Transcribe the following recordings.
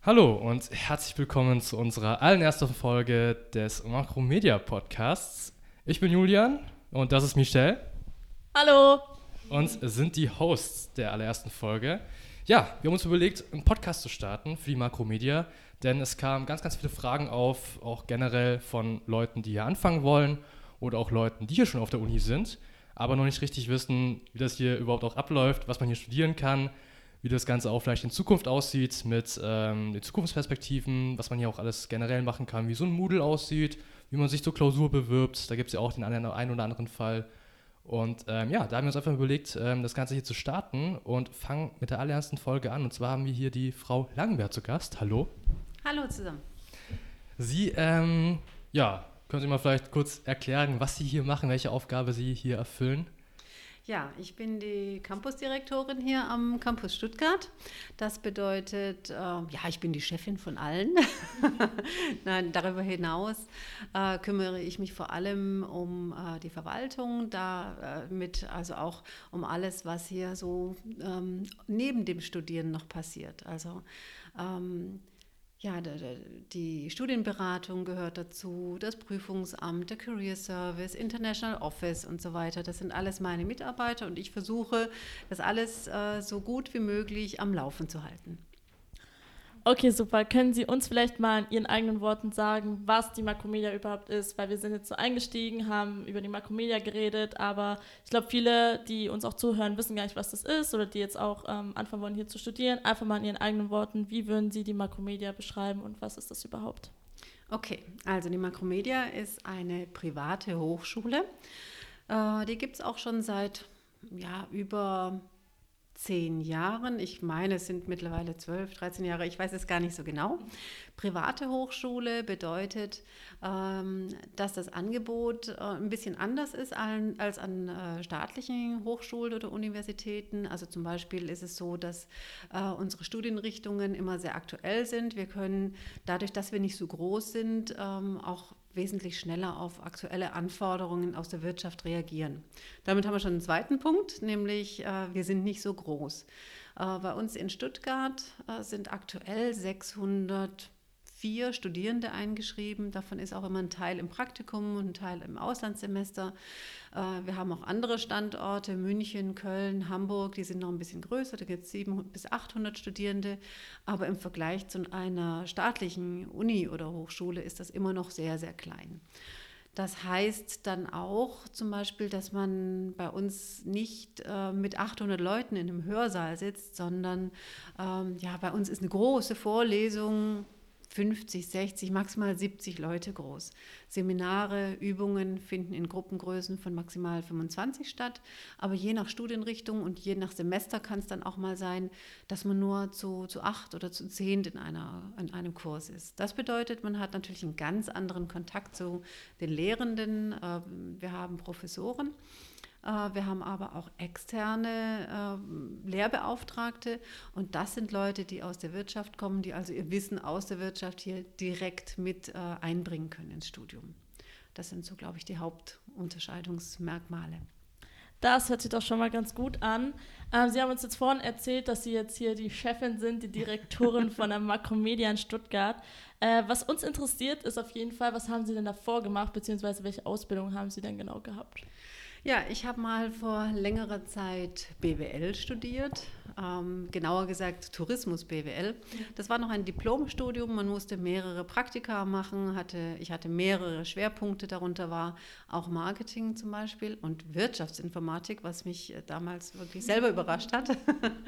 Hallo und herzlich willkommen zu unserer allerersten Folge des Makromedia Podcasts. Ich bin Julian und das ist Michelle. Hallo! Und sind die Hosts der allerersten Folge. Ja, wir haben uns überlegt, einen Podcast zu starten für die Makromedia, denn es kamen ganz, ganz viele Fragen auf, auch generell von Leuten, die hier anfangen wollen oder auch Leuten, die hier schon auf der Uni sind, aber noch nicht richtig wissen, wie das hier überhaupt auch abläuft, was man hier studieren kann, wie das Ganze auch vielleicht in Zukunft aussieht mit den Zukunftsperspektiven, was man hier auch alles generell machen kann, wie so ein Moodle aussieht, wie man sich zur Klausur bewirbt. Da gibt es ja auch den einen oder anderen Fall. Und da haben wir uns einfach überlegt, das Ganze hier zu starten und fangen mit der allerersten Folge an. Und zwar haben wir hier die Frau Langenberg zu Gast. Hallo. Hallo zusammen. Sie, können Sie mal vielleicht kurz erklären, was Sie hier machen, welche Aufgabe Sie hier erfüllen? Ja, ich bin die Campusdirektorin hier am Campus Stuttgart. Das bedeutet, ich bin die Chefin von allen. Nein, darüber hinaus kümmere ich mich vor allem um die Verwaltung, also auch um alles, was hier so neben dem Studieren noch passiert. Also die Studienberatung gehört dazu, das Prüfungsamt, der Career Service, International Office und so weiter. Das sind alles meine Mitarbeiter und ich versuche, das alles so gut wie möglich am Laufen zu halten. Okay, super. Können Sie uns vielleicht mal in Ihren eigenen Worten sagen, was die Makromedia überhaupt ist? Weil wir sind jetzt so eingestiegen, haben über die Makromedia geredet, aber ich glaube, viele, die uns auch zuhören, wissen gar nicht, was das ist oder die jetzt auch anfangen wollen, hier zu studieren. Einfach mal in Ihren eigenen Worten, wie würden Sie die Makromedia beschreiben und was ist das überhaupt? Okay, also die Makromedia ist eine private Hochschule. Die gibt es auch schon seit über 10 Jahren. Ich meine, es sind mittlerweile 12, 13 Jahre, ich weiß es gar nicht so genau. Private Hochschule bedeutet, dass das Angebot ein bisschen anders ist als an staatlichen Hochschulen oder Universitäten. Also zum Beispiel ist es so, dass unsere Studienrichtungen immer sehr aktuell sind. Wir können dadurch, dass wir nicht so groß sind, auch wesentlich schneller auf aktuelle Anforderungen aus der Wirtschaft reagieren. Damit haben wir schon einen zweiten Punkt, nämlich wir sind nicht so groß. Bei uns in Stuttgart sind aktuell 604 Studierende eingeschrieben. Davon ist auch immer ein Teil im Praktikum und ein Teil im Auslandssemester. Wir haben auch andere Standorte, München, Köln, Hamburg, die sind noch ein bisschen größer, da gibt es 700 bis 800 Studierende, aber im Vergleich zu einer staatlichen Uni oder Hochschule ist das immer noch sehr, sehr klein. Das heißt dann auch zum Beispiel, dass man bei uns nicht mit 800 Leuten in einem Hörsaal sitzt, sondern bei uns ist eine große Vorlesung, 50, 60, maximal 70 Leute groß. Seminare, Übungen finden in Gruppengrößen von maximal 25 statt, aber je nach Studienrichtung und je nach Semester kann es dann auch mal sein, dass man nur zu 8 oder zu 10 in einem Kurs ist. Das bedeutet, man hat natürlich einen ganz anderen Kontakt zu den Lehrenden. Wir haben Professoren. Wir haben aber auch externe Lehrbeauftragte und das sind Leute, die aus der Wirtschaft kommen, die also ihr Wissen aus der Wirtschaft hier direkt mit einbringen können ins Studium. Das sind so, glaube ich, die Hauptunterscheidungsmerkmale. Das hört sich doch schon mal ganz gut an. Sie haben uns jetzt vorhin erzählt, dass Sie jetzt hier die Chefin sind, die Direktorin von der Makromedia in Stuttgart. Was uns interessiert, ist auf jeden Fall, was haben Sie denn davor gemacht, beziehungsweise welche Ausbildung haben Sie denn genau gehabt? Ja, ich habe mal vor längerer Zeit BWL studiert, genauer gesagt Tourismus BWL. Das war noch ein Diplomstudium, man musste mehrere Praktika machen, ich hatte mehrere Schwerpunkte, darunter war auch Marketing zum Beispiel und Wirtschaftsinformatik, was mich damals wirklich selber überrascht hat.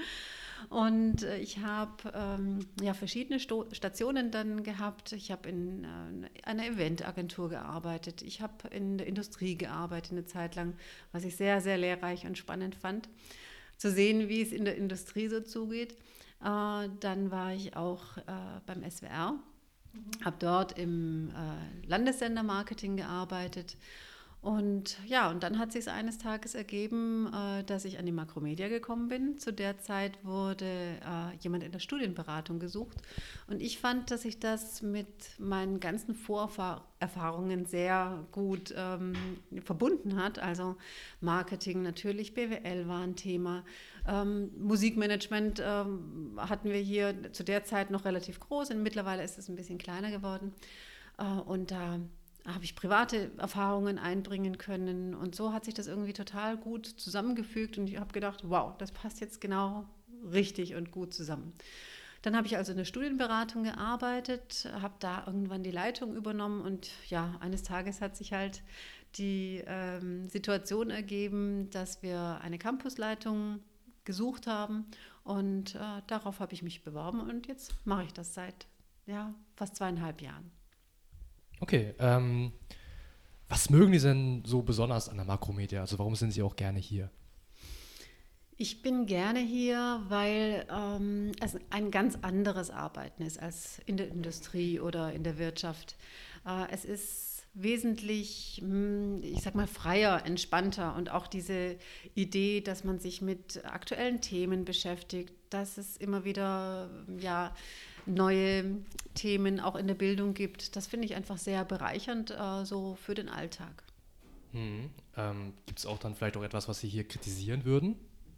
Und ich habe verschiedene Stationen dann gehabt. Ich habe in einer Eventagentur gearbeitet. Ich habe in der Industrie gearbeitet eine Zeit lang, was ich sehr, sehr lehrreich und spannend fand. Zu sehen, wie es in der Industrie so zugeht. Dann war ich auch beim SWR, habe dort im Landessender Marketing gearbeitet. Und ja, und dann hat sich eines Tages ergeben, dass ich an die Makromedia gekommen bin. Zu der Zeit wurde jemand in der Studienberatung gesucht. Und ich fand, dass sich das mit meinen ganzen Vorerfahrungen sehr gut verbunden hat. Also Marketing natürlich, BWL war ein Thema. Musikmanagement hatten wir hier zu der Zeit noch relativ groß. Und mittlerweile ist es ein bisschen kleiner geworden. Und da habe ich private Erfahrungen einbringen können und so hat sich das irgendwie total gut zusammengefügt und ich habe gedacht, wow, das passt jetzt genau richtig und gut zusammen. Dann habe ich also in der Studienberatung gearbeitet, habe da irgendwann die Leitung übernommen und ja, eines Tages hat sich halt die Situation ergeben, dass wir eine Campusleitung gesucht haben und darauf habe ich mich beworben und jetzt mache ich das seit fast 2,5 Jahren. Okay, was mögen Sie denn so besonders an der Makromedia? Also warum sind Sie auch gerne hier? Ich bin gerne hier, weil es ein ganz anderes Arbeiten ist als in der Industrie oder in der Wirtschaft. Es ist wesentlich, ich sag mal, freier, entspannter und auch diese Idee, dass man sich mit aktuellen Themen beschäftigt, dass es immer wieder neue Themen auch in der Bildung gibt. Das finde ich einfach sehr bereichernd so für den Alltag. Gibt es auch dann vielleicht auch etwas, was Sie hier kritisieren würden?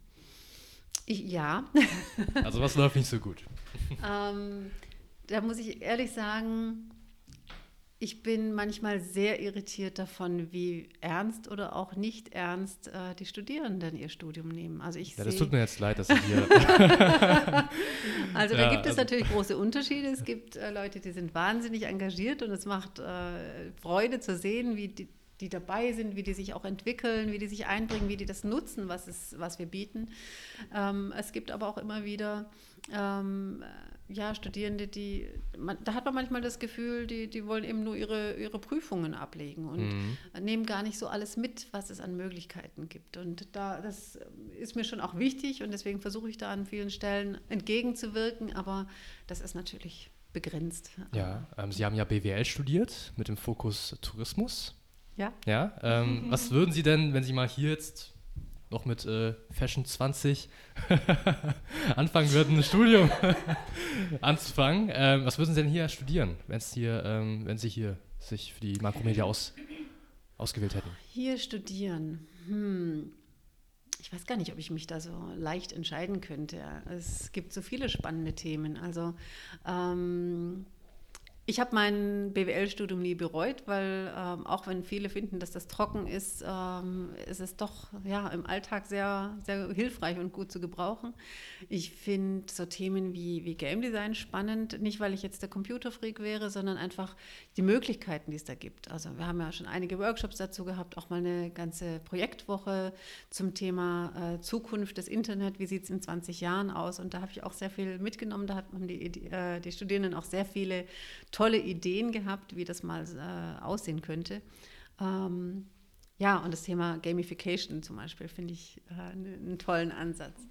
Ja. Also was läuft nicht so gut? Da muss ich ehrlich sagen, ich bin manchmal sehr irritiert davon, wie ernst oder auch nicht ernst die Studierenden ihr Studium nehmen. Also das tut mir jetzt leid, dass Sie hier... Also da gibt es natürlich große Unterschiede. Es gibt Leute, die sind wahnsinnig engagiert und es macht Freude zu sehen, wie die dabei sind, wie die sich auch entwickeln, wie die sich einbringen, wie die das nutzen, was wir bieten. Es gibt aber auch immer wieder Studierende, da hat man manchmal das Gefühl, die wollen eben nur ihre Prüfungen ablegen und nehmen gar nicht so alles mit, was es an Möglichkeiten gibt. Und das ist mir schon auch wichtig und deswegen versuche ich da an vielen Stellen entgegenzuwirken, aber das ist natürlich begrenzt. Ja, Sie haben ja BWL studiert mit dem Fokus Tourismus. Ja. Ja, was würden Sie denn, wenn Sie mal hier jetzt noch mit Fashion 20 anfangen würden, ein Studium anzufangen, was würden Sie denn hier studieren, wenn Sie hier sich für die Makromedia ausgewählt hätten? Hier studieren? Ich weiß gar nicht, ob ich mich da so leicht entscheiden könnte. Es gibt so viele spannende Themen. Also ich habe mein BWL-Studium nie bereut, weil auch wenn viele finden, dass das trocken ist, ist es doch im Alltag sehr, sehr hilfreich und gut zu gebrauchen. Ich finde so Themen wie Game Design spannend, nicht weil ich jetzt der Computerfreak wäre, sondern einfach die Möglichkeiten, die es da gibt. Also wir haben ja schon einige Workshops dazu gehabt, auch mal eine ganze Projektwoche zum Thema Zukunft des Internet, wie sieht es in 20 Jahren aus? Und da habe ich auch sehr viel mitgenommen, da haben die Studierenden auch sehr viele tolle Ideen gehabt, wie das mal aussehen könnte. Und das Thema Gamification zum Beispiel finde ich einen tollen Ansatz.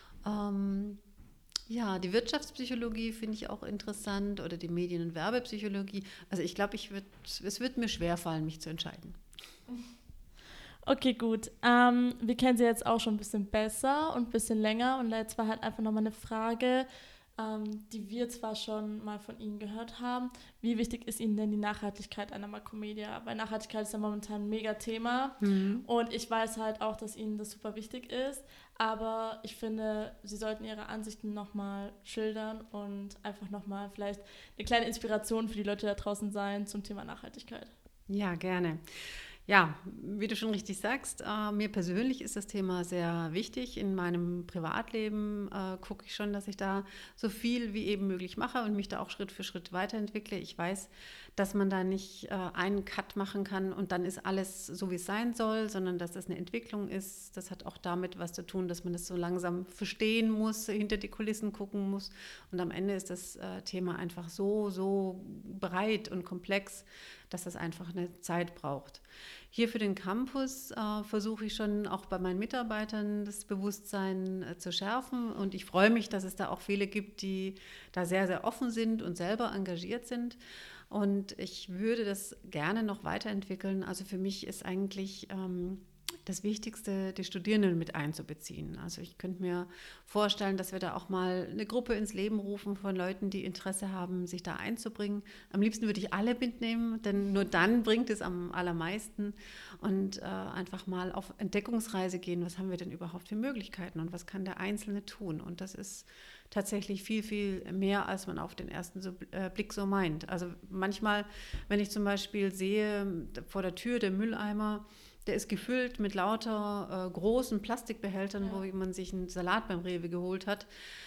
Die Wirtschaftspsychologie finde ich auch interessant oder die Medien- und Werbepsychologie. Also ich glaube, es wird mir schwerfallen, mich zu entscheiden. Okay, gut. Wir kennen Sie jetzt auch schon ein bisschen besser und ein bisschen länger und jetzt war halt einfach nochmal eine Frage, die wir zwar schon mal von Ihnen gehört haben. Wie wichtig ist Ihnen denn die Nachhaltigkeit einer Makromedia? Weil Nachhaltigkeit ist ja momentan ein Mega-Thema und ich weiß halt auch, dass Ihnen das super wichtig ist, aber ich finde, Sie sollten Ihre Ansichten nochmal schildern und einfach nochmal vielleicht eine kleine Inspiration für die Leute da draußen sein zum Thema Nachhaltigkeit. Ja, gerne. Ja, wie du schon richtig sagst, mir persönlich ist das Thema sehr wichtig. In meinem Privatleben gucke ich schon, dass ich da so viel wie eben möglich mache und mich da auch Schritt für Schritt weiterentwickle. Ich weiß, dass man da nicht einen Cut machen kann und dann ist alles so, wie es sein soll, sondern dass das eine Entwicklung ist. Das hat auch damit was zu tun, dass man das so langsam verstehen muss, hinter die Kulissen gucken muss. Und am Ende ist das Thema einfach so breit und komplex, dass das einfach eine Zeit braucht. Hier für den Campus versuche ich schon auch bei meinen Mitarbeitern das Bewusstsein zu schärfen und ich freue mich, dass es da auch viele gibt, die da sehr, sehr offen sind und selber engagiert sind. Und ich würde das gerne noch weiterentwickeln. Also für mich ist eigentlich das Wichtigste, die Studierenden mit einzubeziehen. Also ich könnte mir vorstellen, dass wir da auch mal eine Gruppe ins Leben rufen von Leuten, die Interesse haben, sich da einzubringen. Am liebsten würde ich alle mitnehmen, denn nur dann bringt es am allermeisten. Und einfach mal auf Entdeckungsreise gehen, was haben wir denn überhaupt für Möglichkeiten und was kann der Einzelne tun? Und das ist tatsächlich viel, viel mehr, als man auf den ersten Blick so meint. Also manchmal, wenn ich zum Beispiel sehe, vor der Tür der Mülleimer, der ist gefüllt mit lauter großen Plastikbehältern, wo man sich einen Salat beim Rewe geholt hat.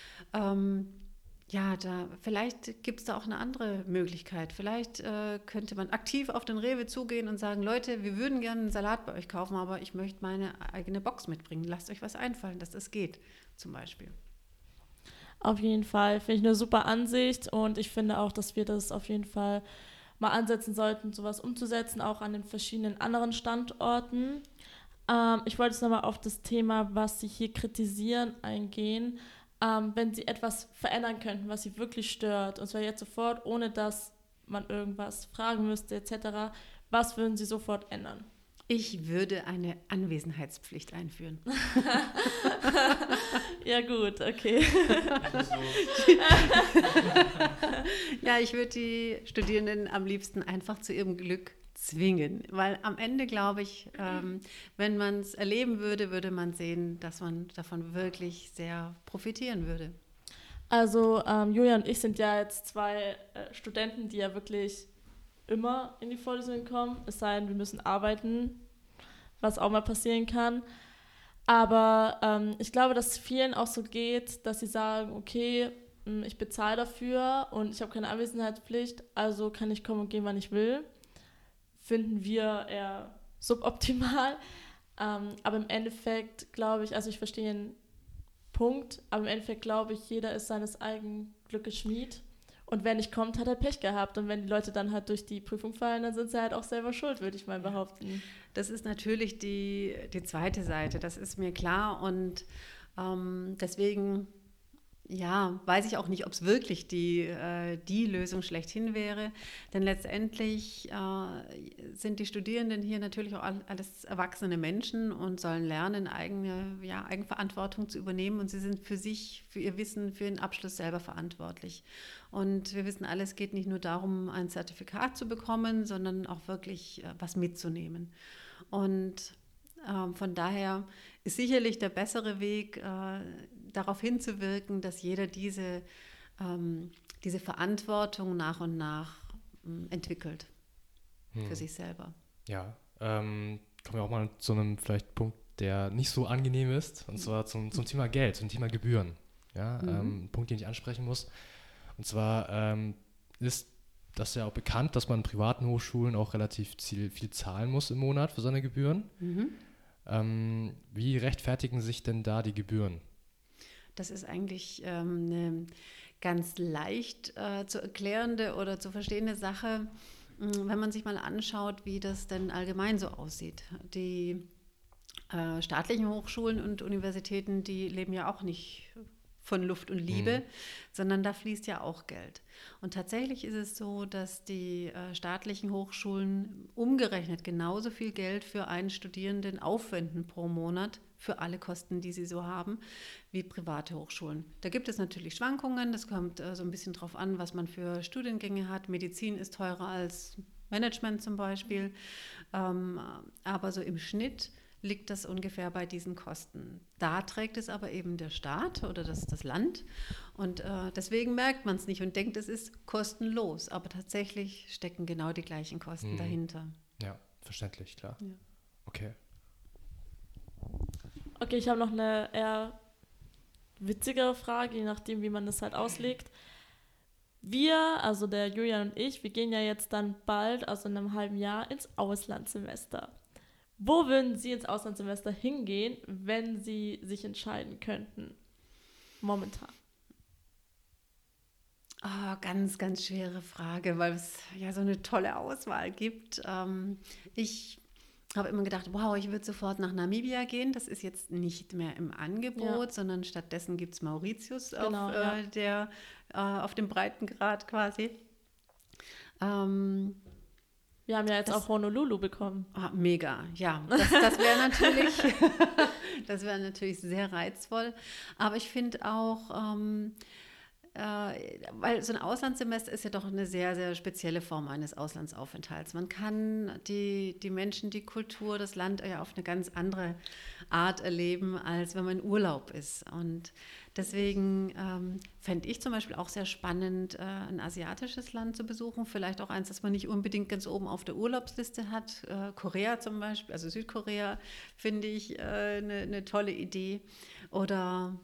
Vielleicht gibt es da auch eine andere Möglichkeit. Vielleicht könnte man aktiv auf den Rewe zugehen und sagen, Leute, wir würden gerne einen Salat bei euch kaufen, aber ich möchte meine eigene Box mitbringen. Lasst euch was einfallen, dass das geht, zum Beispiel. Auf jeden Fall, finde ich eine super Ansicht und ich finde auch, dass wir das auf jeden Fall mal ansetzen sollten, sowas umzusetzen, auch an den verschiedenen anderen Standorten. Ich wollte jetzt nochmal auf das Thema, was Sie hier kritisieren, eingehen. Wenn Sie etwas verändern könnten, was Sie wirklich stört, und zwar jetzt sofort, ohne dass man irgendwas fragen müsste etc., was würden Sie sofort ändern? Ich würde eine Anwesenheitspflicht einführen. Ja gut, okay. Ja, ich würde die Studierenden am liebsten einfach zu ihrem Glück zwingen, weil am Ende glaube ich, wenn man es erleben würde, würde man sehen, dass man davon wirklich sehr profitieren würde. Also Julia und ich sind ja jetzt zwei Studenten, die ja wirklich immer in die Vorlesungen kommen, es sei denn, wir müssen arbeiten, was auch mal passieren kann. Aber ich glaube, dass es vielen auch so geht, dass sie sagen, okay, ich bezahle dafür und ich habe keine Anwesenheitspflicht, also kann ich kommen und gehen, wann ich will. Finden wir eher suboptimal. Aber im Endeffekt glaube ich, also ich verstehe den Punkt, aber im Endeffekt glaube ich, jeder ist seines eigenen Glückes Schmied. Und wer nicht kommt, hat er Pech gehabt. Und wenn die Leute dann halt durch die Prüfung fallen, dann sind sie halt auch selber schuld, würde ich mal behaupten. Das ist natürlich die zweite Seite, das ist mir klar. Und deswegen weiß ich auch nicht, ob es wirklich die Lösung schlechthin wäre. Denn letztendlich sind die Studierenden hier natürlich auch alles erwachsene Menschen und sollen lernen, Eigenverantwortung zu übernehmen. Und sie sind für sich, für ihr Wissen, für den Abschluss selber verantwortlich. Und wir wissen alle, es geht nicht nur darum, ein Zertifikat zu bekommen, sondern auch wirklich was mitzunehmen. Und von daher ist sicherlich der bessere Weg, darauf hinzuwirken, dass jeder diese Verantwortung nach und nach entwickelt für sich selber. Ja, kommen wir auch mal zu einem vielleicht Punkt, der nicht so angenehm ist, und zwar zum Thema Geld, zum Thema Gebühren. Ja, ein Punkt, den ich ansprechen muss. Und zwar ist das ja auch bekannt, dass man in privaten Hochschulen auch relativ viel zahlen muss im Monat für seine Gebühren. Wie rechtfertigen sich denn da die Gebühren? Das ist eigentlich eine ganz leicht zu erklärende oder zu verstehende Sache, wenn man sich mal anschaut, wie das denn allgemein so aussieht. Die staatlichen Hochschulen und Universitäten, die leben ja auch nicht von Luft und Liebe, sondern da fließt ja auch Geld. Und tatsächlich ist es so, dass die staatlichen Hochschulen umgerechnet genauso viel Geld für einen Studierenden aufwenden pro Monat für alle Kosten, die sie so haben, wie private Hochschulen. Da gibt es natürlich Schwankungen, das kommt so ein bisschen drauf an, was man für Studiengänge hat. Medizin ist teurer als Management zum Beispiel, aber so im Schnitt liegt das ungefähr bei diesen Kosten. Da trägt es aber eben der Staat oder das Land und deswegen merkt man es nicht und denkt, es ist kostenlos, aber tatsächlich stecken genau die gleichen Kosten dahinter. Ja, verständlich, klar. Ja. Okay. Okay, ich habe noch eine eher witzigere Frage, je nachdem, wie man das halt auslegt. Wir, also der Julian und ich, wir gehen ja jetzt dann bald, also in einem halben Jahr, ins Auslandssemester. Wo würden Sie ins Auslandssemester hingehen, wenn Sie sich entscheiden könnten? Momentan. Ganz, ganz schwere Frage, weil es ja so eine tolle Auswahl gibt. Ich habe immer gedacht, wow, ich würde sofort nach Namibia gehen. Das ist jetzt nicht mehr im Angebot, sondern stattdessen gibt es Mauritius Genau, auf dem Breitengrad quasi. Wir haben ja jetzt auch Honolulu bekommen. Mega, ja. Das wäre natürlich, das wäre natürlich sehr reizvoll. Aber ich finde auch, weil so ein Auslandssemester ist ja doch eine sehr, sehr spezielle Form eines Auslandsaufenthalts. Man kann die Menschen, die Kultur, das Land ja auf eine ganz andere Art erleben, als wenn man in Urlaub ist. Und deswegen fände ich zum Beispiel auch sehr spannend, ein asiatisches Land zu besuchen. Vielleicht auch eins, das man nicht unbedingt ganz oben auf der Urlaubsliste hat. Korea zum Beispiel, also Südkorea finde ich eine tolle Idee. Oder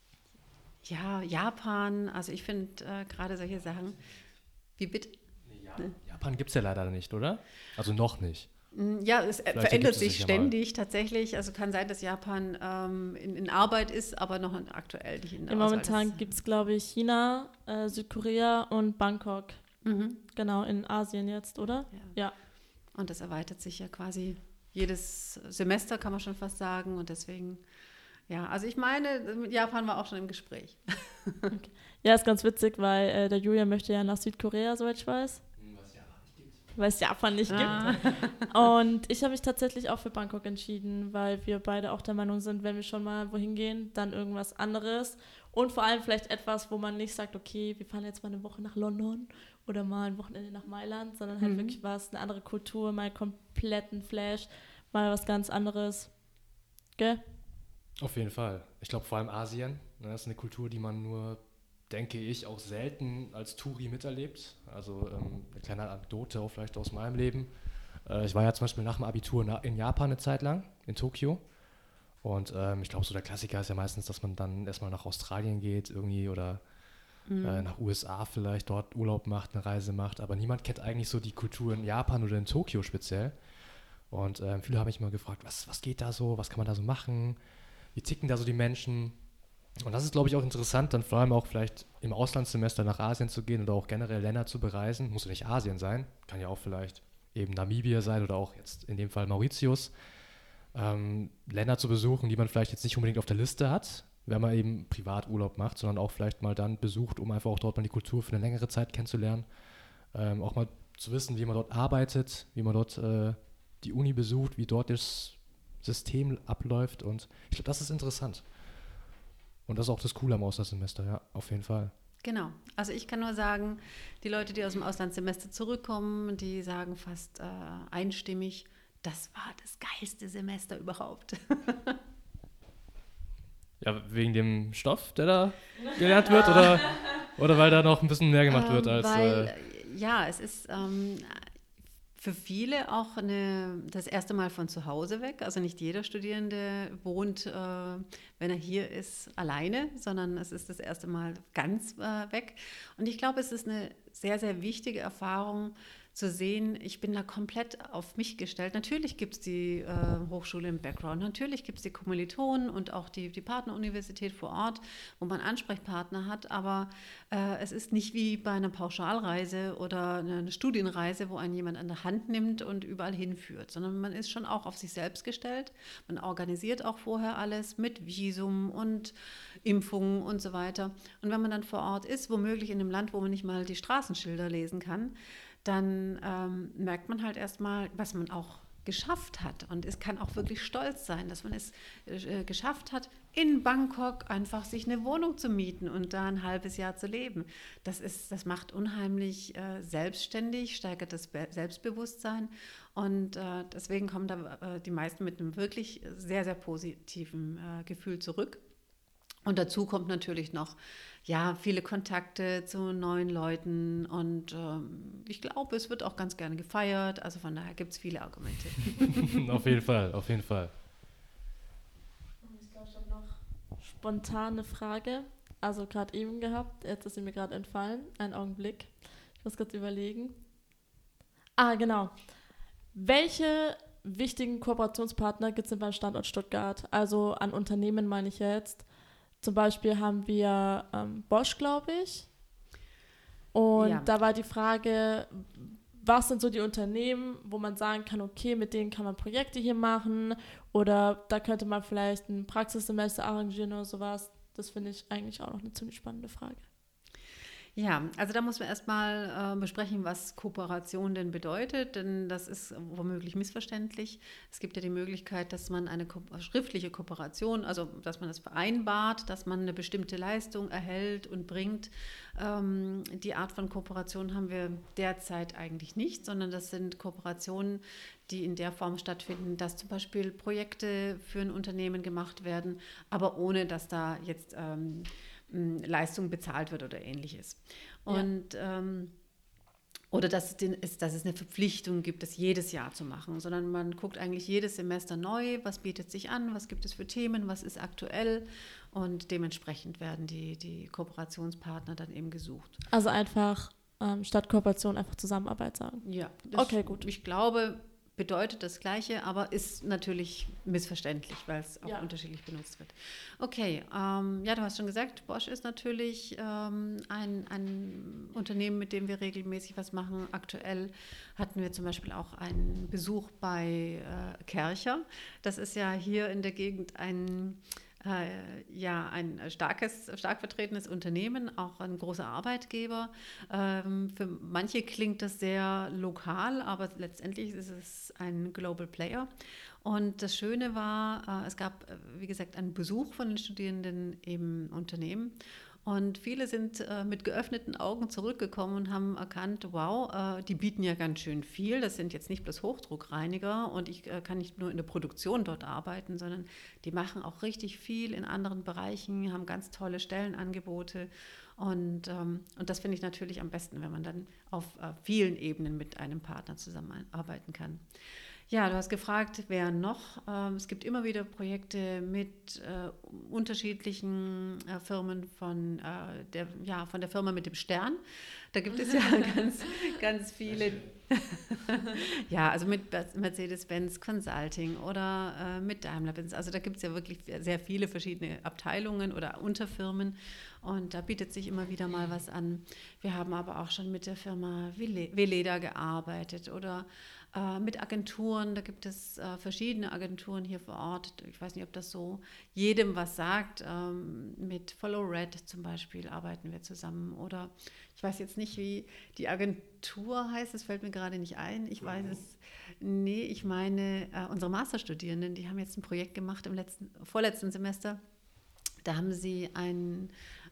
ja, Japan, also ich finde gerade solche Sachen. Wie bitte? Japan gibt es ja leider nicht, oder? Also noch nicht. Ja, es Vielleicht verändert ergibt es sich sich ja ständig tatsächlich. Also kann sein, dass Japan in Arbeit ist, aber noch aktuell nicht in der Auswahl Momentan ist. gibt es, glaube ich, China, Südkorea und Bangkok. Mhm. Genau, in Asien jetzt, oder? Ja. Und das erweitert sich ja quasi jedes Semester, kann man schon fast sagen. Und deswegen, ja, also ich meine, Japan war auch schon im Gespräch. Okay. Ja, ist ganz witzig, weil der Julian möchte ja nach Südkorea, soweit ich weiß. Weil es Japan nicht gibt. Und ich habe mich tatsächlich auch für Bangkok entschieden, weil wir beide auch der Meinung sind, wenn wir schon mal wohin gehen, dann irgendwas anderes. Und vor allem vielleicht etwas, wo man nicht sagt, okay, wir fahren jetzt mal eine Woche nach London oder mal ein Wochenende nach Mailand, sondern halt wirklich was, eine andere Kultur, mal kompletten Flash, mal was ganz anderes. Gell? Auf jeden Fall. Ich glaube vor allem Asien, ne, das ist eine Kultur, die man nur, denke ich, auch selten als Touri miterlebt. Also eine kleine Anekdote auch vielleicht aus meinem Leben. Ich war ja zum Beispiel nach dem Abitur in Japan eine Zeit lang, in Tokio. Und ich glaube, so der Klassiker ist ja meistens, dass man dann erstmal nach Australien geht irgendwie oder nach USA vielleicht, dort Urlaub macht, eine Reise macht. Aber niemand kennt eigentlich so die Kultur in Japan oder in Tokio speziell. Und viele haben mich mal gefragt, was geht da so, was kann man da so machen, wie ticken da so die Menschen. Und das ist, glaube ich, auch interessant, dann vor allem auch vielleicht im Auslandssemester nach Asien zu gehen oder auch generell Länder zu bereisen. Muss ja nicht Asien sein, kann ja auch vielleicht eben Namibia sein oder auch jetzt in dem Fall Mauritius. Länder zu besuchen, die man vielleicht jetzt nicht unbedingt auf der Liste hat, wenn man eben Privaturlaub macht, sondern auch vielleicht mal dann besucht, um einfach auch dort mal die Kultur für eine längere Zeit kennenzulernen. Auch mal zu wissen, wie man dort arbeitet, wie man dort die Uni besucht, wie dort das System abläuft. Und ich glaube, das ist interessant. Und das ist auch das Coole am Auslandssemester, ja, auf jeden Fall. Genau. Also ich kann nur sagen, die Leute, die aus dem Auslandssemester zurückkommen, die sagen fast einstimmig, das war das geilste Semester überhaupt. Ja, wegen dem Stoff, der da gelernt wird oder weil da noch ein bisschen mehr gemacht wird als... ja, es ist für viele auch das erste Mal von zu Hause weg. Also nicht jeder Studierende wohnt, wenn er hier ist, alleine, sondern es ist das erste Mal ganz weg. Und ich glaube, es ist eine sehr, sehr wichtige Erfahrung zu sehen, ich bin da komplett auf mich gestellt. Natürlich gibt es die Hochschule im Background, natürlich gibt es die Kommilitonen und auch die Partneruniversität vor Ort, wo man Ansprechpartner hat, aber es ist nicht wie bei einer Pauschalreise oder einer Studienreise, wo einen jemand an der Hand nimmt und überall hinführt, sondern man ist schon auch auf sich selbst gestellt. Man organisiert auch vorher alles mit Visum und Impfungen und so weiter. Und wenn man dann vor Ort ist, womöglich in einem Land, wo man nicht mal die Straßenschilder lesen kann, dann merkt man halt erstmal, was man auch geschafft hat. Und es kann auch wirklich stolz sein, dass man es geschafft hat, in Bangkok einfach sich eine Wohnung zu mieten und da ein halbes Jahr zu leben. Das macht unheimlich selbstständig, steigert das Selbstbewusstsein. Und deswegen kommen da die meisten mit einem wirklich sehr, sehr positiven Gefühl zurück. Und dazu kommt natürlich noch, ja, viele Kontakte zu neuen Leuten und ich glaube, es wird auch ganz gerne gefeiert. Also von daher gibt es viele Argumente. Auf jeden Fall, auf jeden Fall. Ich glaube, ich habe noch spontane Frage. Also gerade eben gehabt, jetzt ist sie mir gerade entfallen. Einen Augenblick. Ich muss kurz überlegen. Genau. Welche wichtigen Kooperationspartner gibt es denn beim Standort Stuttgart? Also an Unternehmen meine ich jetzt. Zum Beispiel haben wir Bosch, glaube ich. Und da war die Frage, was sind so die Unternehmen, wo man sagen kann, okay, mit denen kann man Projekte hier machen oder da könnte man vielleicht ein Praxissemester arrangieren oder sowas. Das finde ich eigentlich auch noch eine ziemlich spannende Frage. Ja, also da muss man erstmal besprechen, was Kooperation denn bedeutet, denn das ist womöglich missverständlich. Es gibt ja die Möglichkeit, dass man eine schriftliche Kooperation, also dass man das vereinbart, dass man eine bestimmte Leistung erhält und bringt. Die Art von Kooperation haben wir derzeit eigentlich nicht, sondern das sind Kooperationen, die in der Form stattfinden, dass zum Beispiel Projekte für ein Unternehmen gemacht werden, aber ohne dass da jetzt Leistung bezahlt wird oder ähnliches. Und oder dass es eine Verpflichtung gibt, das jedes Jahr zu machen, sondern man guckt eigentlich jedes Semester neu, was bietet sich an, was gibt es für Themen, was ist aktuell und dementsprechend werden die Kooperationspartner dann eben gesucht. Also einfach statt Kooperation einfach Zusammenarbeit sagen. Ja, okay, gut. Ich glaube, bedeutet das Gleiche, aber ist natürlich missverständlich, weil es auch unterschiedlich benutzt wird. Okay, du hast schon gesagt, Bosch ist natürlich ein Unternehmen, mit dem wir regelmäßig was machen. Aktuell hatten wir zum Beispiel auch einen Besuch bei Kärcher. Das ist ja hier in der Gegend ein stark vertretenes Unternehmen, auch ein großer Arbeitgeber. Für manche klingt das sehr lokal, aber letztendlich ist es ein Global Player. Und das Schöne war, es gab, wie gesagt, einen Besuch von den Studierenden im Unternehmen. Und viele sind mit geöffneten Augen zurückgekommen und haben erkannt, wow, die bieten ja ganz schön viel. Das sind jetzt nicht bloß Hochdruckreiniger und ich kann nicht nur in der Produktion dort arbeiten, sondern die machen auch richtig viel in anderen Bereichen, haben ganz tolle Stellenangebote. Und das finde ich natürlich am besten, wenn man dann auf vielen Ebenen mit einem Partner zusammenarbeiten kann. Ja, du hast gefragt, wer noch? Es gibt immer wieder Projekte mit unterschiedlichen Firmen von der Firma mit dem Stern. Da gibt es ja ganz viele. Ja, also mit Mercedes-Benz Consulting oder mit Daimler-Benz. Also da gibt es ja wirklich sehr viele verschiedene Abteilungen oder Unterfirmen und da bietet sich immer wieder mal was an. Wir haben aber auch schon mit der Firma Veleda gearbeitet oder mit Agenturen, da gibt es verschiedene Agenturen hier vor Ort. Ich weiß nicht, ob das so jedem was sagt. Mit Follow Red zum Beispiel arbeiten wir zusammen. Oder ich weiß jetzt nicht, wie die Agentur heißt, das fällt mir gerade nicht ein. Ich weiß es. Nee, ich meine, unsere Masterstudierenden, die haben jetzt ein Projekt gemacht im vorletzten Semester. Da haben sie ein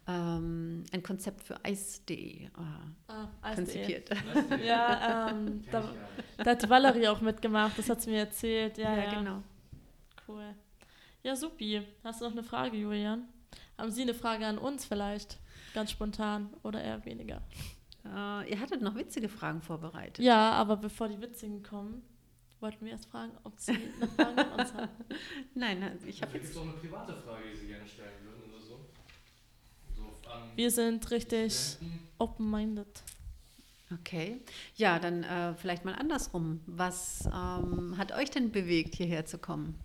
Konzept für Eis.de konzipiert. Ja, da hat die Valerie auch mitgemacht, das hat sie mir erzählt. Ja, genau. Cool. Ja, supi. Hast du noch eine Frage, Julian? Haben Sie eine Frage an uns vielleicht? Ganz spontan oder eher weniger? Ihr hattet noch witzige Fragen vorbereitet. Ja, aber bevor die witzigen kommen, wollten wir erst fragen, ob Sie eine Frage an uns haben. Nein, ich habe jetzt... Gibt es auch eine private Frage, die Sie gerne stellen würden oder so? Wir sind richtig open-minded. Okay. Ja, dann vielleicht mal andersrum. Was hat euch denn bewegt, hierher zu kommen?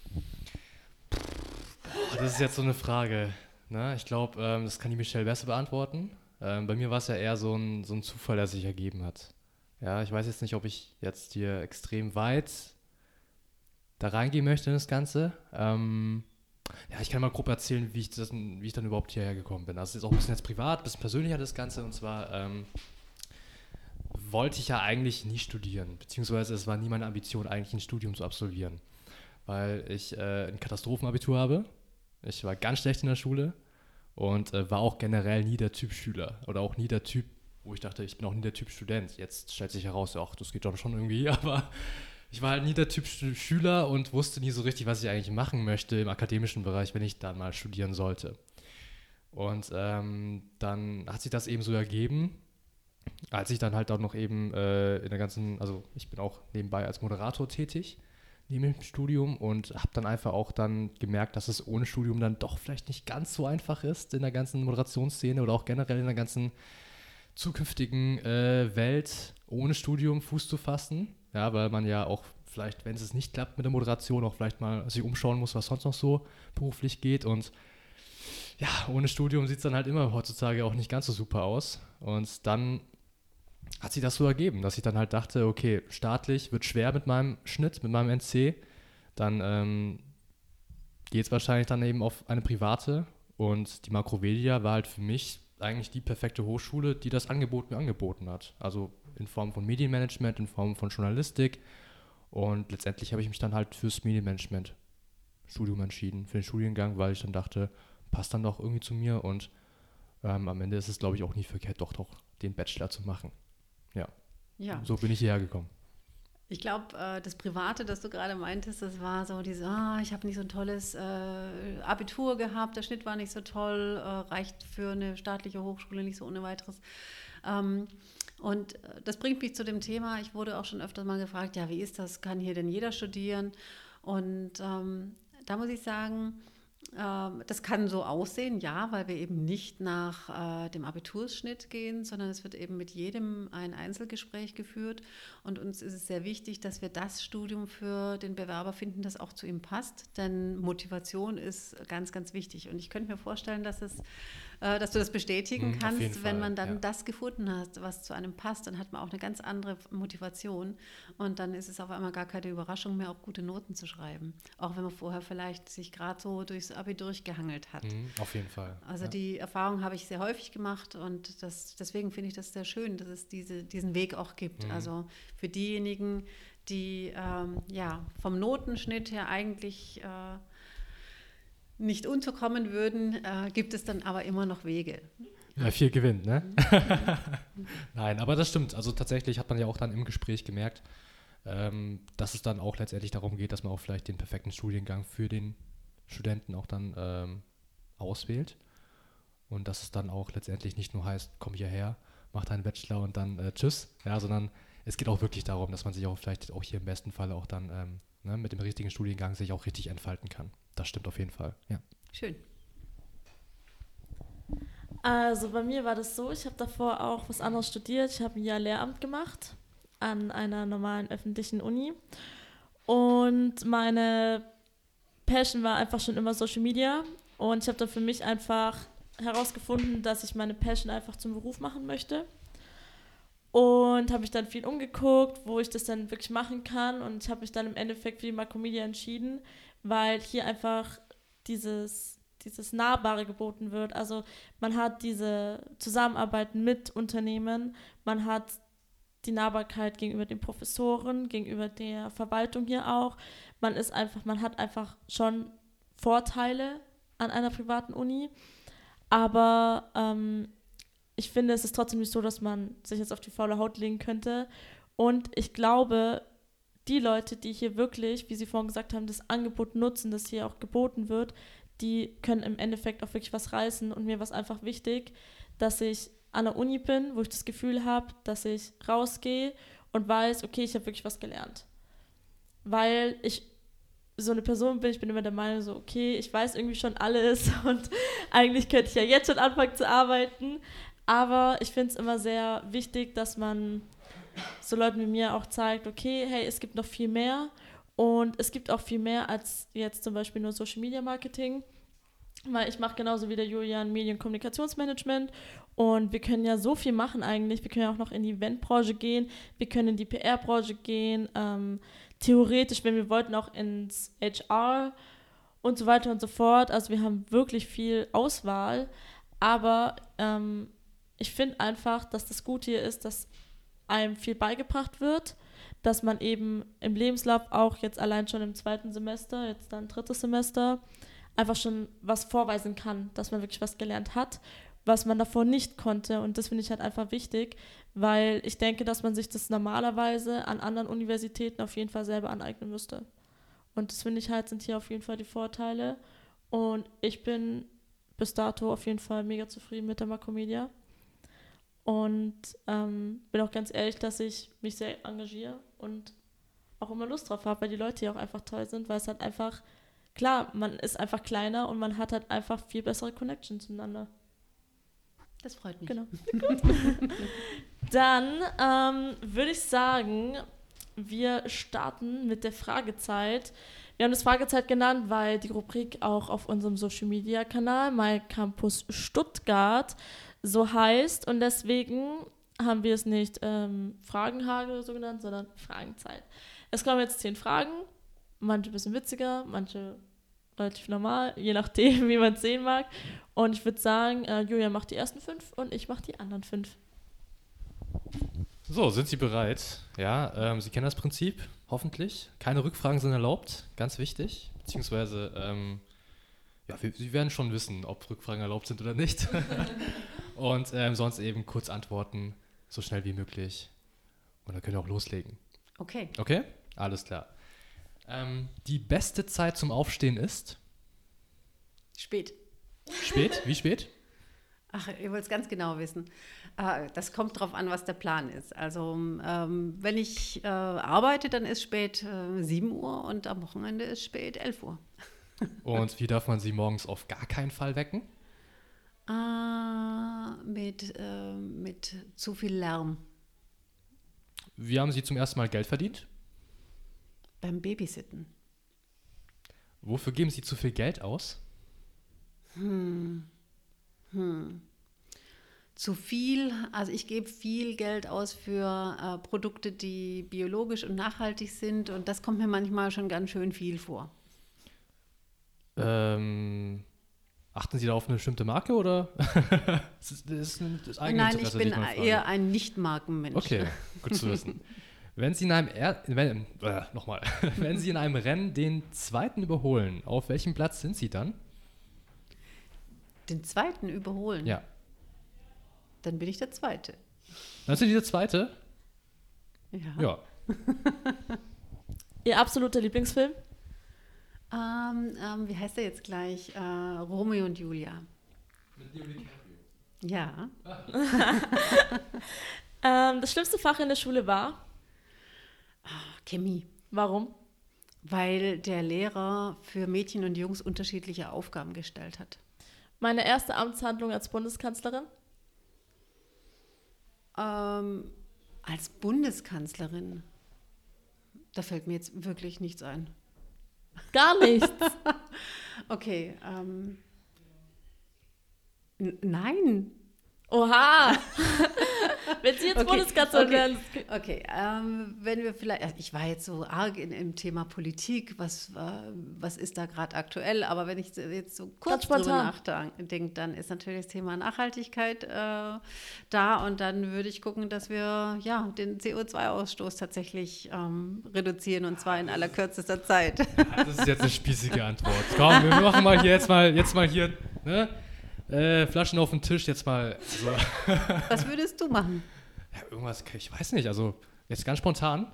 Das ist jetzt so eine Frage. Ne? Ich glaube, das kann die Michelle besser beantworten. Bei mir war es ja eher so ein Zufall, der sich ergeben hat. Ja, ich weiß jetzt nicht, ob ich jetzt hier extrem weit da reingehen möchte in das Ganze. Ja, ich kann mal grob erzählen, wie ich dann überhaupt hierher gekommen bin. Also es ist auch ein bisschen jetzt privat, ein bisschen persönlicher das Ganze. Und zwar wollte ich ja eigentlich nie studieren, beziehungsweise es war nie meine Ambition, eigentlich ein Studium zu absolvieren, weil ich ein Katastrophenabitur habe. Ich war ganz schlecht in der Schule und war auch generell nie der Typ Schüler oder auch nie der Typ, wo ich dachte, ich bin auch nie der Typ Student. Jetzt stellt sich heraus, ach, das geht doch schon irgendwie, aber ich war halt nie der Typ Schüler und wusste nie so richtig, was ich eigentlich machen möchte im akademischen Bereich, wenn ich dann mal studieren sollte. Und dann hat sich das eben so ergeben, als ich dann halt auch noch eben in der ganzen, also ich bin auch nebenbei als Moderator tätig, neben dem Studium und habe dann einfach auch dann gemerkt, dass es ohne Studium dann doch vielleicht nicht ganz so einfach ist in der ganzen Moderationsszene oder auch generell in der ganzen zukünftigen Welt ohne Studium Fuß zu fassen. Ja, weil man ja auch vielleicht, wenn es nicht klappt mit der Moderation, auch vielleicht mal sich umschauen muss, was sonst noch so beruflich geht. Und ja, ohne Studium sieht es dann halt immer heutzutage auch nicht ganz so super aus. Und dann hat sich das so ergeben, dass ich dann halt dachte, okay, staatlich wird schwer mit meinem Schnitt, mit meinem NC, dann geht es wahrscheinlich dann eben auf eine private und die Makromedia war halt für mich eigentlich die perfekte Hochschule, die das Angebot mir angeboten hat. Also in Form von Medienmanagement, in Form von Journalistik und letztendlich habe ich mich dann halt fürs Medienmanagement-Studium entschieden, für den Studiengang, weil ich dann dachte, passt dann doch irgendwie zu mir und am Ende ist es, glaube ich, auch nie verkehrt, doch den Bachelor zu machen. Ja. So bin ich hierher gekommen. Ich glaube, das Private, das du gerade meintest, das war so dieses, ich habe nicht so ein tolles Abitur gehabt, der Schnitt war nicht so toll, reicht für eine staatliche Hochschule nicht so ohne weiteres. Und das bringt mich zu dem Thema, ich wurde auch schon öfters mal gefragt, ja, wie ist das, kann hier denn jeder studieren? Und da muss ich sagen, das kann so aussehen, ja, weil wir eben nicht nach dem Abitursschnitt gehen, sondern es wird eben mit jedem ein Einzelgespräch geführt. Und uns ist es sehr wichtig, dass wir das Studium für den Bewerber finden, das auch zu ihm passt. Denn Motivation ist ganz, ganz wichtig. Und ich könnte mir vorstellen, dass du das bestätigen kannst, wenn man dann das gefunden hat, was zu einem passt, dann hat man auch eine ganz andere Motivation. Und dann ist es auf einmal gar keine Überraschung mehr, auch gute Noten zu schreiben. Auch wenn man vorher vielleicht sich gerade so durchs Abi durchgehangelt hat. Auf jeden Fall. Also die Erfahrung habe ich sehr häufig gemacht und deswegen finde ich das sehr schön, dass es diesen Weg auch gibt. Also für diejenigen, die vom Notenschnitt her eigentlich nicht unterkommen würden, gibt es dann aber immer noch Wege. Ja, viel gewinnt, ne? Nein, aber das stimmt. Also tatsächlich hat man ja auch dann im Gespräch gemerkt, dass es dann auch letztendlich darum geht, dass man auch vielleicht den perfekten Studiengang für den Studenten auch dann auswählt und dass es dann auch letztendlich nicht nur heißt, komm hierher, mach deinen Bachelor und dann tschüss, ja, sondern es geht auch wirklich darum, dass man sich auch vielleicht auch hier im besten Fall auch dann mit dem richtigen Studiengang sich auch richtig entfalten kann. Das stimmt auf jeden Fall, ja. Schön. Also bei mir war das so, ich habe davor auch was anderes studiert. Ich habe ein Jahr Lehramt gemacht an einer normalen öffentlichen Uni und meine Passion war einfach schon immer Social Media und ich habe dann für mich einfach herausgefunden, dass ich meine Passion einfach zum Beruf machen möchte und habe mich dann viel umgeguckt, wo ich das dann wirklich machen kann und ich habe mich dann im Endeffekt für die Makromedia entschieden, weil hier einfach dieses Nahbare geboten wird. Also man hat diese Zusammenarbeit mit Unternehmen, man hat die Nahbarkeit gegenüber den Professoren, gegenüber der Verwaltung hier auch. Man hat einfach schon Vorteile an einer privaten Uni, aber ich finde, es ist trotzdem nicht so, dass man sich jetzt auf die faule Haut legen könnte und ich glaube, die Leute, die hier wirklich, wie Sie vorhin gesagt haben, das Angebot nutzen, das hier auch geboten wird, die können im Endeffekt auch wirklich was reißen und mir war es einfach wichtig, dass ich an der Uni bin, wo ich das Gefühl habe, dass ich rausgehe und weiß, okay, ich habe wirklich was gelernt. Weil ich so eine Person bin, ich bin immer der Meinung so, okay, ich weiß irgendwie schon alles und eigentlich könnte ich ja jetzt schon anfangen zu arbeiten, aber ich finde es immer sehr wichtig, dass man so Leuten wie mir auch zeigt, okay, hey, es gibt noch viel mehr und es gibt auch viel mehr als jetzt zum Beispiel nur Social Media Marketing, weil ich mache genauso wie der Julian Medien- und Kommunikationsmanagement und wir können ja so viel machen eigentlich, wir können ja auch noch in die Eventbranche gehen, wir können in die PR-Branche gehen, theoretisch, wenn wir wollten, auch ins HR und so weiter und so fort, also wir haben wirklich viel Auswahl, aber ich finde einfach, dass das Gute hier ist, dass einem viel beigebracht wird, dass man eben im Lebenslauf auch jetzt allein schon im 2. Semester, jetzt dann 3. Semester, einfach schon was vorweisen kann, dass man wirklich was gelernt hat, was man davor nicht konnte. Und das finde ich halt einfach wichtig, weil ich denke, dass man sich das normalerweise an anderen Universitäten auf jeden Fall selber aneignen müsste. Und das finde ich halt, sind hier auf jeden Fall die Vorteile. Und ich bin bis dato auf jeden Fall mega zufrieden mit der Makromedia. Und bin auch ganz ehrlich, dass ich mich sehr engagiere und auch immer Lust drauf habe, weil die Leute hier auch einfach toll sind, weil es halt einfach, klar, man ist einfach kleiner und man hat halt einfach viel bessere Connections zueinander. Das freut mich. Genau. Gut. Dann würde ich sagen, wir starten mit der Fragezeit. Wir haben das Fragezeit genannt, weil die Rubrik auch auf unserem Social-Media-Kanal My Campus Stuttgart so heißt und deswegen haben wir es nicht Fragenhagel so genannt, sondern Fragenzeit. Es kommen jetzt 10 Fragen, manche ein bisschen witziger, manche relativ normal, je nachdem, wie man es sehen mag. Und ich würde sagen, Julia macht die ersten 5 und ich mache die anderen 5. So, sind Sie bereit? Ja, Sie kennen das Prinzip, hoffentlich. Keine Rückfragen sind erlaubt, ganz wichtig. Beziehungsweise, Sie werden schon wissen, ob Rückfragen erlaubt sind oder nicht. Und sonst eben kurz antworten, so schnell wie möglich. Und dann können wir auch loslegen. Okay. Okay? Alles klar. Die beste Zeit zum Aufstehen ist? Spät. Spät? Wie spät? Ach, ihr wollt es ganz genau wissen. Das kommt drauf an, was der Plan ist. Also wenn ich arbeite, dann ist spät 7 Uhr und am Wochenende ist spät 11 Uhr. Und wie darf man Sie morgens auf gar keinen Fall wecken? Mit zu viel Lärm. Wie haben Sie zum ersten Mal Geld verdient? Beim Babysitten. Wofür geben Sie zu viel Geld aus? Zu viel, also ich gebe viel Geld aus für Produkte, die biologisch und nachhaltig sind und das kommt mir manchmal schon ganz schön viel vor. Achten Sie da auf eine bestimmte Marke oder? das eigene Nein, Interesse, ich bin die mal frage. eher ein Nicht-Markenmensch. Okay, gut zu wissen. Wenn Sie in einem Wenn Sie in einem Rennen den zweiten überholen, auf welchem Platz sind Sie dann? Den zweiten überholen? Ja. Dann bin ich der Zweite. Dann sind Sie der Zweite? Ja. Ihr absoluter Lieblingsfilm? Wie heißt der jetzt gleich? Romeo und Julia. Mit Leo DiCaprio. Ja. Das schlimmste Fach in der Schule war? Chemie. Warum? Weil der Lehrer für Mädchen und Jungs unterschiedliche Aufgaben gestellt hat. Meine erste Amtshandlung als Bundeskanzlerin? Als Bundeskanzlerin, da fällt mir jetzt wirklich nichts ein. Gar nichts. Okay, nein. Oha. Wenn Sie jetzt Bundeskanzlerin werden. Okay, wenn wir vielleicht, also ich war jetzt so arg im Thema Politik, was ist da gerade aktuell, aber wenn ich jetzt so kurz drüber nachdenke, dann ist natürlich das Thema Nachhaltigkeit da und dann würde ich gucken, dass wir den CO2-Ausstoß tatsächlich reduzieren und zwar in allerkürzester Zeit. Ja, das ist jetzt eine spießige Antwort. Komm, wir machen mal hier jetzt mal hier, ne? Flaschen auf den Tisch jetzt mal. So. Was würdest du machen? Ja, irgendwas, ich weiß nicht, also jetzt ganz spontan.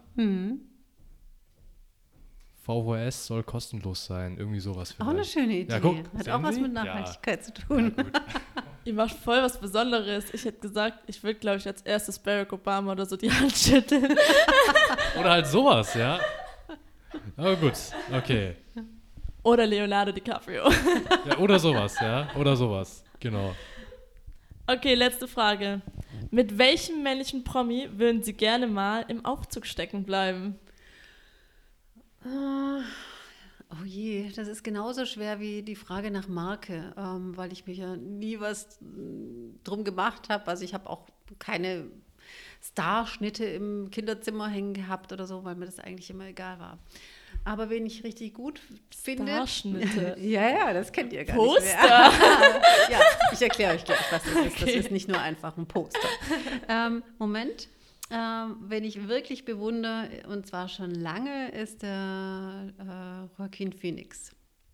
VHS soll kostenlos sein, irgendwie sowas vielleicht. Auch eine schöne Idee. Ja, guck, hat auch was mit Nachhaltigkeit zu tun. Ja, gut. Ihr macht voll was Besonderes. Ich hätte gesagt, ich würde, glaube ich, als erstes Barack Obama oder so die Hand schütteln. Oder halt sowas, ja. Aber gut, okay. Oder Leonardo DiCaprio. Ja, oder sowas, genau. Okay, letzte Frage. Mit welchem männlichen Promi würden Sie gerne mal im Aufzug stecken bleiben? Oh je, das ist genauso schwer wie die Frage nach Marke, weil ich mich ja nie was drum gemacht habe. Also ich habe auch keine Starschnitte im Kinderzimmer hängen gehabt oder so, weil mir das eigentlich immer egal war. Aber wen ich richtig gut finde... Starschnitte? Ja, das kennt ihr gar Poster. nicht mehr. Ja, ich erkläre euch gleich, was das ist. Das Okay. ist nicht nur einfach ein Poster. Moment. Wenn ich wirklich bewundere, und zwar schon lange, ist der Joaquin Phoenix.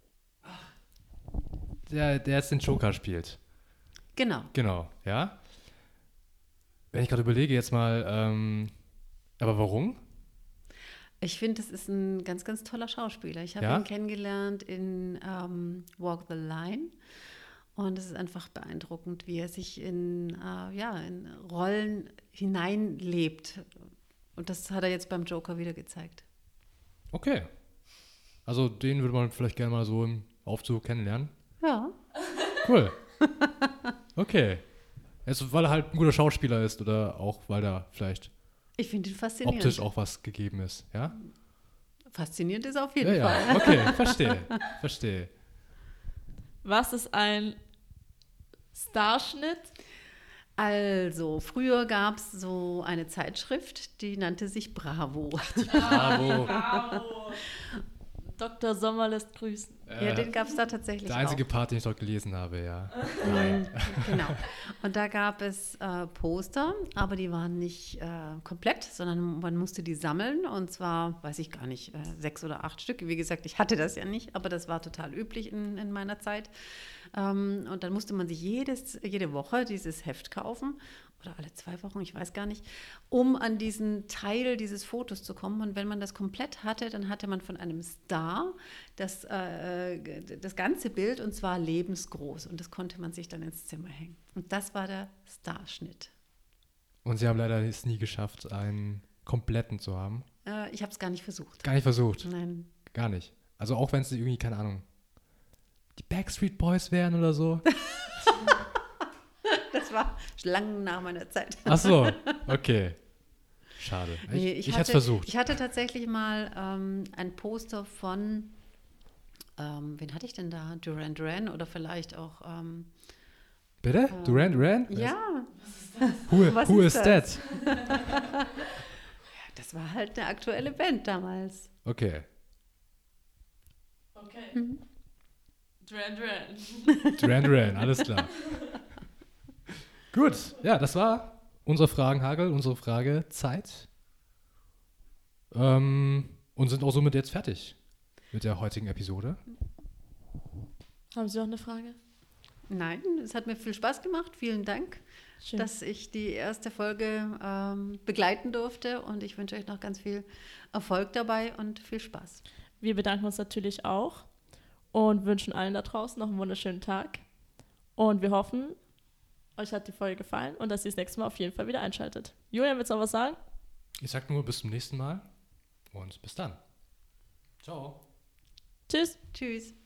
Der jetzt den Joker spielt. Genau. Genau, ja. Wenn ich gerade überlege jetzt mal, aber warum? Ich finde, das ist ein ganz, ganz toller Schauspieler. Ich habe ihn kennengelernt in Walk the Line. Und es ist einfach beeindruckend, wie er sich in Rollen hineinlebt. Und das hat er jetzt beim Joker wieder gezeigt. Okay. Also den würde man vielleicht gerne mal so im Aufzug kennenlernen. Ja. Cool. Okay. Also, weil er halt ein guter Schauspieler ist oder auch, weil da vielleicht Ich finde ihn faszinierend. optisch auch was gegeben ist, ja? Faszinierend ist er auf jeden Fall. Ja, okay, verstehe. Was ist ein Starschnitt? Also, früher gab es so eine Zeitschrift, die nannte sich Bravo. Bravo. Dr. Sommer lässt grüßen. Ja, den gab es da tatsächlich Der einzige auch. Part, den ich dort gelesen habe, ja. Genau. Und da gab es Poster, aber die waren nicht komplett, sondern man musste die sammeln. Und zwar, weiß ich gar nicht, 6 oder 8 Stück. Wie gesagt, ich hatte das ja nicht, aber das war total üblich in meiner Zeit. Und dann musste man sich jede Woche dieses Heft kaufen. Oder alle 2 Wochen, ich weiß gar nicht, um an diesen Teil dieses Fotos zu kommen. Und wenn man das komplett hatte, dann hatte man von einem Star das ganze Bild, und zwar lebensgroß. Und das konnte man sich dann ins Zimmer hängen. Und das war der Starschnitt. Und Sie haben leider es nie geschafft, einen kompletten zu haben. Ich habe es gar nicht versucht. Gar nicht versucht. Nein. Gar nicht. Also auch wenn es irgendwie, keine Ahnung, die Backstreet Boys wären oder so. Das war lang nach meiner Zeit. Ach so, okay. Schade. Nee, Ich hätte es versucht. Ich hatte tatsächlich mal ein Poster von, wen hatte ich denn da? Duran Duran oder vielleicht auch, Bitte? Duran Duran? ja, Was Who ist is das? that? das war halt eine aktuelle Band damals. Okay. Okay. Duran. Duran Duran, alles klar. Gut, ja, das war unsere Fragenhagel, unsere Fragezeit. Und sind auch somit jetzt fertig mit der heutigen Episode. Haben Sie noch eine Frage? Nein, es hat mir viel Spaß gemacht. Vielen Dank, Schön. dass ich die erste Folge begleiten durfte, und ich wünsche euch noch ganz viel Erfolg dabei und viel Spaß. Wir bedanken uns natürlich auch und wünschen allen da draußen noch einen wunderschönen Tag. Und wir hoffen, euch hat die Folge gefallen und dass ihr das nächste Mal auf jeden Fall wieder einschaltet. Julian, willst du noch was sagen? Ich sag nur bis zum nächsten Mal und bis dann. Ciao. Tschüss. Tschüss.